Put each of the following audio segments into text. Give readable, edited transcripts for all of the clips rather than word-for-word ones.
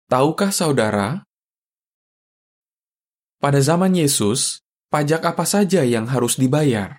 Tahukah saudara, pada zaman Yesus, pajak apa saja yang harus dibayar?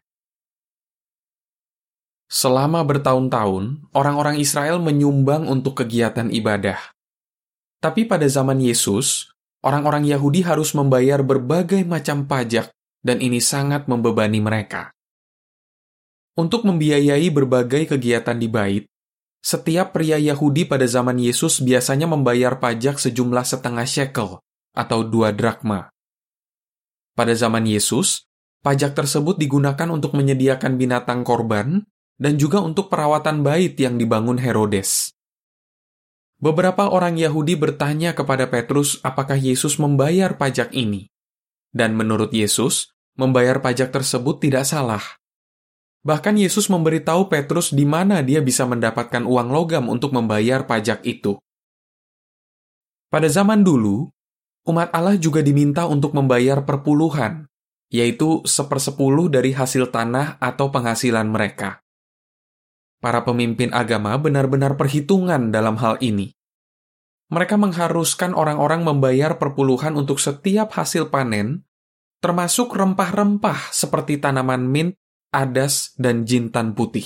Selama bertahun-tahun, orang-orang Israel menyumbang untuk kegiatan ibadah. Tapi pada zaman Yesus, orang-orang Yahudi harus membayar berbagai macam pajak, dan ini sangat membebani mereka. Untuk membiayai berbagai kegiatan di bait, setiap pria Yahudi pada zaman Yesus biasanya membayar pajak sejumlah setengah shekel, atau 2 drakma. Pada zaman Yesus, pajak tersebut digunakan untuk menyediakan binatang korban dan juga untuk perawatan bait yang dibangun Herodes. Beberapa orang Yahudi bertanya kepada Petrus apakah Yesus membayar pajak ini. Dan menurut Yesus, membayar pajak tersebut tidak salah. Bahkan Yesus memberitahu Petrus di mana dia bisa mendapatkan uang logam untuk membayar pajak itu. Pada zaman dulu, umat Allah juga diminta untuk membayar perpuluhan, yaitu 1/10 dari hasil tanah atau penghasilan mereka. Para pemimpin agama benar-benar perhitungan dalam hal ini. Mereka mengharuskan orang-orang membayar perpuluhan untuk setiap hasil panen, termasuk rempah-rempah seperti tanaman mint, adas, dan jintan putih.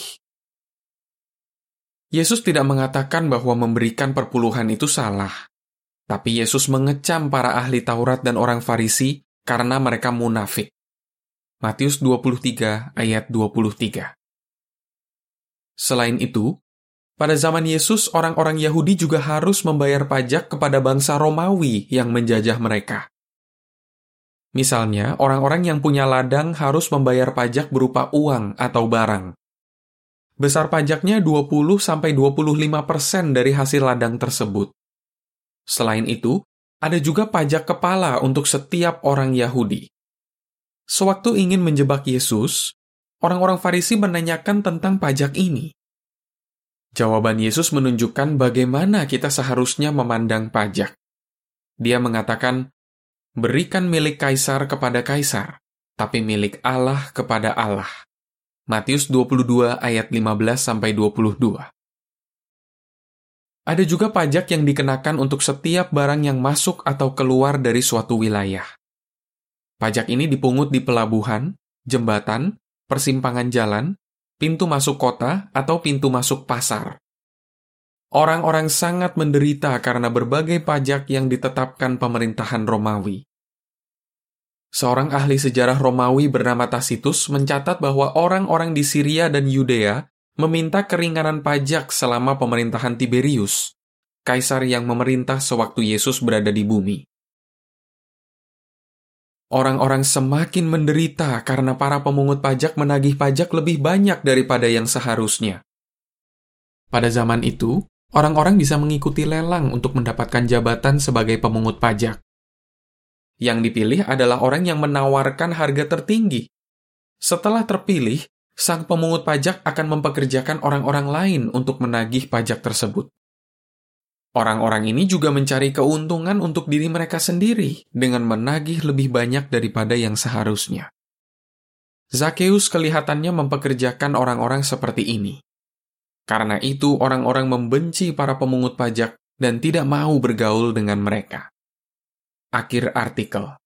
Yesus tidak mengatakan bahwa memberikan perpuluhan itu salah, tapi Yesus mengecam para ahli Taurat dan orang Farisi karena mereka munafik. Matius 23 ayat 23. Selain itu, pada zaman Yesus, orang-orang Yahudi juga harus membayar pajak kepada bangsa Romawi yang menjajah mereka. Misalnya, orang-orang yang punya ladang harus membayar pajak berupa uang atau barang. Besar pajaknya 20-25% dari hasil ladang tersebut. Selain itu, ada juga pajak kepala untuk setiap orang Yahudi. Sewaktu ingin menjebak Yesus, orang-orang Farisi menanyakan tentang pajak ini. Jawaban Yesus menunjukkan bagaimana kita seharusnya memandang pajak. Dia mengatakan, berikan milik Kaisar kepada Kaisar, tapi milik Allah kepada Allah. Matius 22 ayat 15-22. Ada juga pajak yang dikenakan untuk setiap barang yang masuk atau keluar dari suatu wilayah. Pajak ini dipungut di pelabuhan, jembatan, persimpangan jalan, pintu masuk kota, atau pintu masuk pasar. Orang-orang sangat menderita karena berbagai pajak yang ditetapkan pemerintahan Romawi. Seorang ahli sejarah Romawi bernama Tacitus mencatat bahwa orang-orang di Syria dan Yudea meminta keringanan pajak selama pemerintahan Tiberius, kaisar yang memerintah sewaktu Yesus berada di bumi. Orang-orang semakin menderita karena para pemungut pajak menagih pajak lebih banyak daripada yang seharusnya. Pada zaman itu, orang-orang bisa mengikuti lelang untuk mendapatkan jabatan sebagai pemungut pajak. Yang dipilih adalah orang yang menawarkan harga tertinggi. Setelah terpilih, sang pemungut pajak akan mempekerjakan orang-orang lain untuk menagih pajak tersebut. Orang-orang ini juga mencari keuntungan untuk diri mereka sendiri dengan menagih lebih banyak daripada yang seharusnya. Zakheus kelihatannya mempekerjakan orang-orang seperti ini. Karena itu, orang-orang membenci para pemungut pajak dan tidak mau bergaul dengan mereka. Akhir artikel.